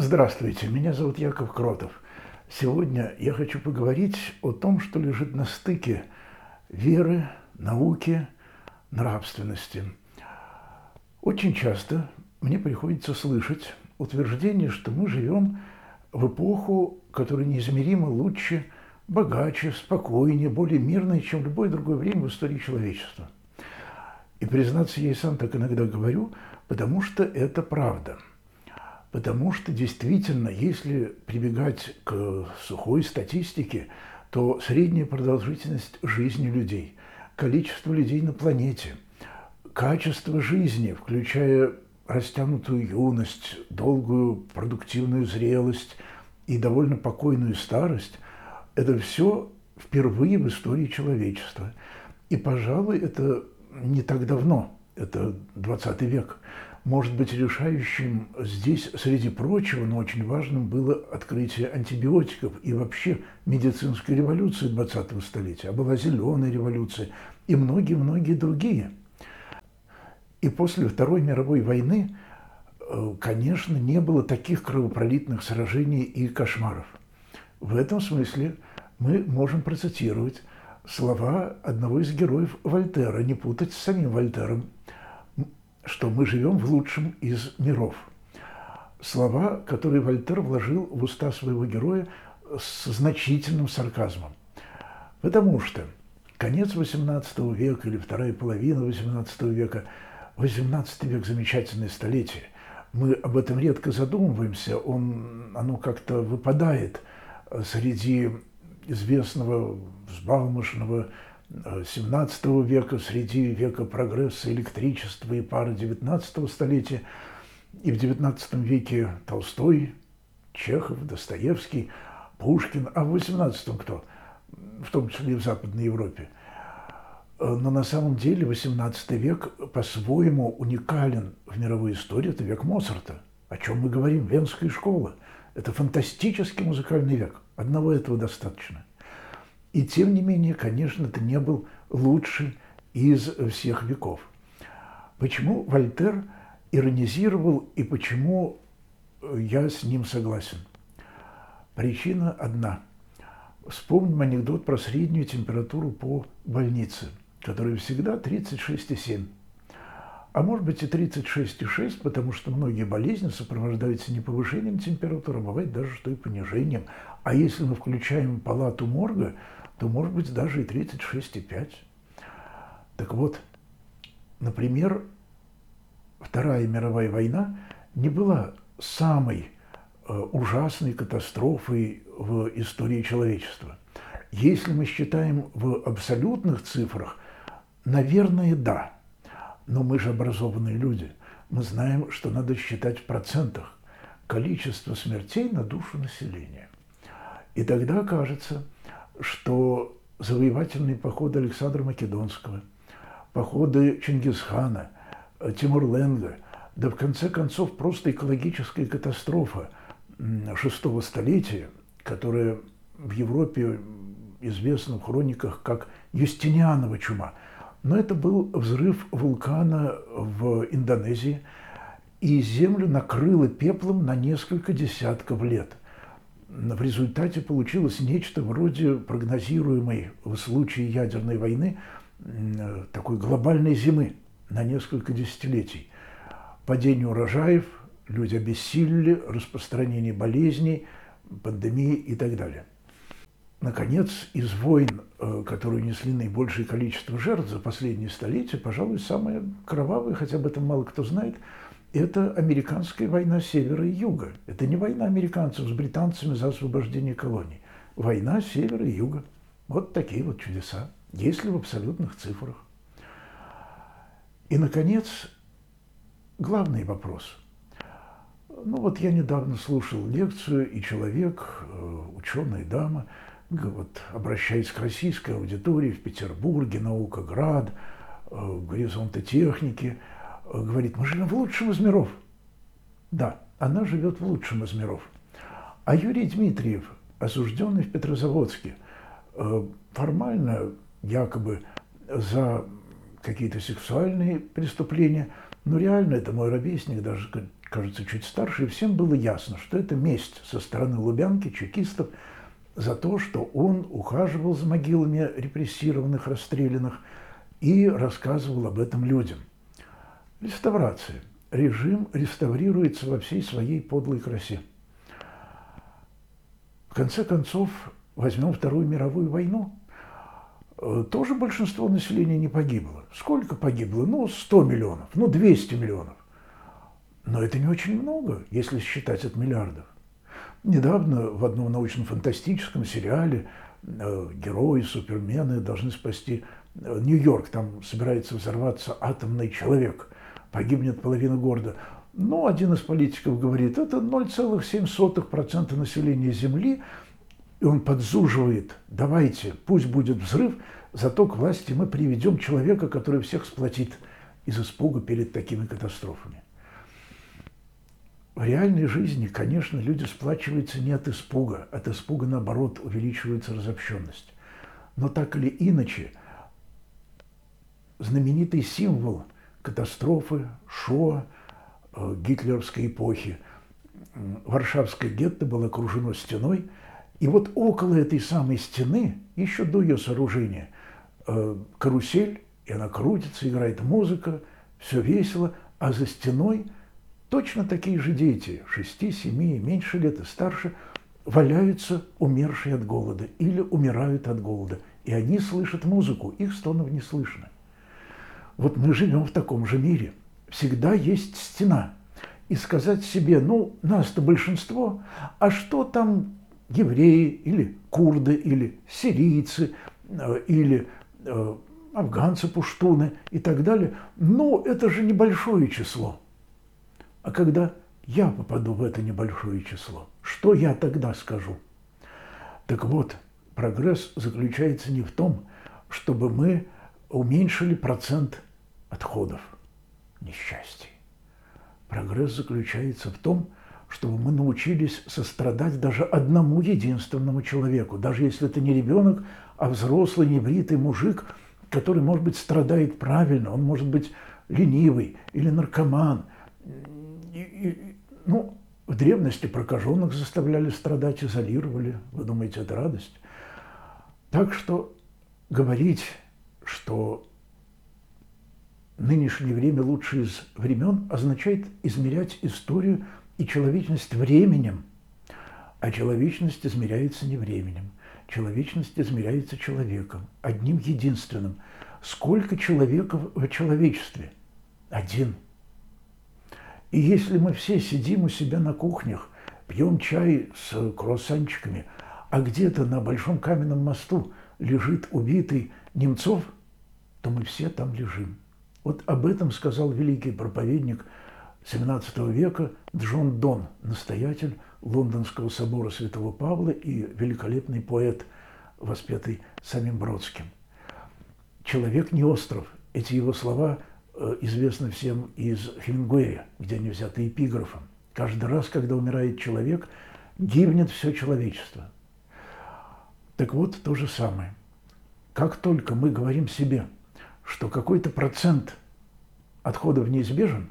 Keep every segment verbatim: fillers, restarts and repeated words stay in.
Здравствуйте, меня зовут Яков Кротов. Сегодня я хочу поговорить о том, что лежит на стыке веры, науки, нравственности. Очень часто мне приходится слышать утверждение, что мы живем в эпоху, которая неизмеримо лучше, богаче, спокойнее, более мирная, чем в любое другое время в истории человечества. И, признаться, я и сам так иногда говорю, потому что это правда. Потому что действительно, если прибегать к сухой статистике, то средняя продолжительность жизни людей, количество людей на планете, качество жизни, включая растянутую юность, долгую продуктивную зрелость и довольно покойную старость, это все впервые в истории человечества. И, пожалуй, это не так давно, это двадцатый век. Может быть, решающим здесь, среди прочего, но очень важным было открытие антибиотиков и вообще медицинской революции двадцатого столетия. А была зеленая революция и многие-многие другие. И после Второй мировой войны, конечно, не было таких кровопролитных сражений и кошмаров. В этом смысле мы можем процитировать слова одного из героев Вольтера, не путать с самим Вольтером, что мы живем в лучшем из миров. Слова, которые Вольтер вложил в уста своего героя с значительным сарказмом. Потому что конец восемнадцатого века или вторая половина восемнадцатого века, восемнадцатый век – замечательное столетие. Мы об этом редко задумываемся, он, оно как-то выпадает среди известного, взбалмошного семнадцатого века, среди века прогресса, электричества и пары девятнадцатого столетия. И в девятнадцатом веке Толстой, Чехов, Достоевский, Пушкин, а в восемнадцатом кто? В том числе и в Западной Европе. Но на самом деле восемнадцатый век по-своему уникален в мировой истории. Это век Моцарта. О чем мы говорим? Венская школа. Это фантастический музыкальный век. Одного этого достаточно. И тем не менее, конечно, это не был лучший из всех веков. Почему Вольтер иронизировал и почему я с ним согласен? Причина одна. Вспомним анекдот про среднюю температуру по больнице, которая всегда тридцать шесть и семь. А может быть и тридцать шесть и шесть, потому что многие болезни сопровождаются не повышением температуры, а бывает даже что и понижением. А если мы включаем палату морга, то может быть даже и тридцать шесть и пять. Так вот, например, Вторая мировая война не была самой э, ужасной катастрофой в истории человечества. Если мы считаем в абсолютных цифрах, наверное, да. Но мы же образованные люди. Мы знаем, что надо считать в процентах количество смертей на душу населения. И тогда окажется, что завоевательные походы Александра Македонского, походы Чингисхана, Тимур-Ленга, да в конце концов просто экологическая катастрофа шестого столетия, которая в Европе известна в хрониках как Юстинианова чума. Но это был взрыв вулкана в Индонезии, и землю накрыло пеплом на несколько десятков лет. В результате получилось нечто вроде прогнозируемой в случае ядерной войны такой глобальной зимы на несколько десятилетий. Падение урожаев, люди обессилели, распространение болезней, пандемии и так далее. Наконец, из войн, которые несли наибольшее количество жертв за последние столетия, пожалуй, самая кровавая, хотя об этом мало кто знает, это американская война севера и юга. Это не война американцев с британцами за освобождение колоний. Война севера и юга. Вот такие вот чудеса, если в абсолютных цифрах. И, наконец, главный вопрос. Ну вот я недавно слушал лекцию, и человек, ученая дама, вот, обращаясь к российской аудитории в Петербурге, Наукоград, горизонты техники, говорит, мы живем в лучшем из миров. Да, она живет в лучшем из миров. А Юрий Дмитриев, осужденный в Петрозаводске, формально якобы за какие-то сексуальные преступления, но реально это мой ровесник, даже кажется, чуть старше, и всем было ясно, что это месть со стороны Лубянки, чекистов, за то, что он ухаживал за могилами репрессированных, расстрелянных и рассказывал об этом людям. Реставрация. Режим реставрируется во всей своей подлой красе. В конце концов, возьмем Вторую мировую войну. Тоже большинство населения не погибло. Сколько погибло? Ну, сто миллионов, ну, двести миллионов. Но это не очень много, если считать от миллиардов. Недавно в одном научно-фантастическом сериале э, герои, супермены должны спасти э, Нью-Йорк. Там собирается взорваться атомный человек. Погибнет половина города. Но один из политиков говорит, это ноль целых семь сотых процента населения Земли. И он подзуживает, давайте, пусть будет взрыв, зато к власти мы приведем человека, который всех сплотит из испуга перед такими катастрофами. В реальной жизни, конечно, люди сплачиваются не от испуга. От испуга, наоборот, увеличивается разобщенность. Но так или иначе, знаменитый символ катастрофы, Шоа, гитлеровской эпохи, Варшавское гетто было окружено стеной. И вот около этой самой стены, еще до ее сооружения, карусель, и она крутится, играет музыка, все весело, а за стеной точно такие же дети, шести, семи, меньше лет и старше, валяются, умершие от голода или умирают от голода. И они слышат музыку, их стонов не слышно. Вот мы живем в таком же мире. Всегда есть стена. И сказать себе, ну, нас-то большинство, а что там евреи или курды, или сирийцы, или э, афганцы, пуштуны и так далее, ну, это же небольшое число. А когда я попаду в это небольшое число, что я тогда скажу? Так вот, прогресс заключается не в том, чтобы мы уменьшили процент отходов, несчастий. Прогресс заключается в том, чтобы мы научились сострадать даже одному единственному человеку, даже если это не ребенок, а взрослый небритый мужик, который, может быть, страдает правильно, он может быть ленивый или наркоман. И, и, ну, в древности прокаженных заставляли страдать, изолировали. Вы думаете, это радость? Так что говорить, что нынешнее время лучше из времен, означает измерять историю и человечность временем. А человечность измеряется не временем. Человечность измеряется человеком, одним единственным. Сколько человеков в человечестве? Один. И если мы все сидим у себя на кухнях, пьем чай с круассанчиками, а где-то на Большом каменном мосту лежит убитый Немцов, то мы все там лежим. Вот об этом сказал великий проповедник семнадцатого века Джон Дон, настоятель Лондонского собора Святого Павла и великолепный поэт, воспетый самим Бродским. «Человек не остров». Эти его слова известны всем из Хемингуэя, где они взяты эпиграфом. Каждый раз, когда умирает человек, гибнет все человечество. Так вот, то же самое. Как только мы говорим себе, что какой-то процент отходов неизбежен,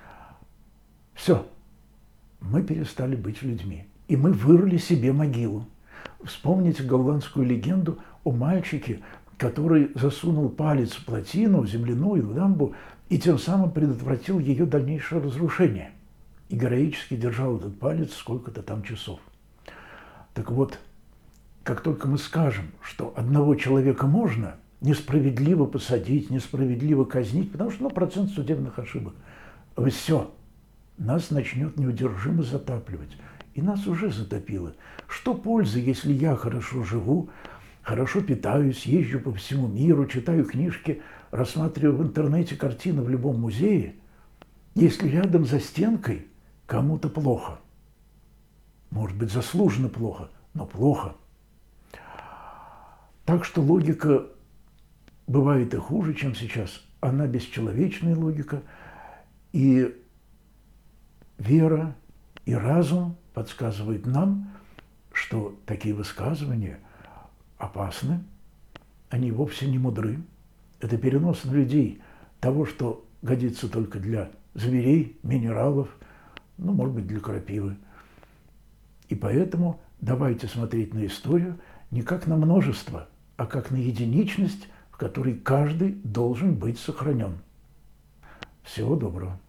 все, мы перестали быть людьми. И мы вырыли себе могилу. Вспомните голландскую легенду о мальчике, который засунул палец в плотину, в земляную дамбу, и тем самым предотвратил ее дальнейшее разрушение. И героически держал этот палец сколько-то там часов. Так вот, как только мы скажем, что одного человека можно несправедливо посадить, несправедливо казнить, потому что ну, процент судебных ошибок, все, нас начнет неудержимо затапливать. И нас уже затопило. Что пользы, если я хорошо живу, хорошо питаюсь, езжу по всему миру, читаю книжки, рассматриваю в интернете картины в любом музее, если рядом за стенкой кому-то плохо? Может быть, заслуженно плохо, но плохо. Так что логика бывает и хуже, чем сейчас. Она бесчеловечная логика, и вера и разум подсказывают нам, что такие высказывания опасны, они вовсе не мудры. Это перенос на людей того, что годится только для зверей, минералов, ну, может быть, для крапивы. И поэтому давайте смотреть на историю не как на множество, а как на единичность, в которой каждый должен быть сохранен. Всего доброго.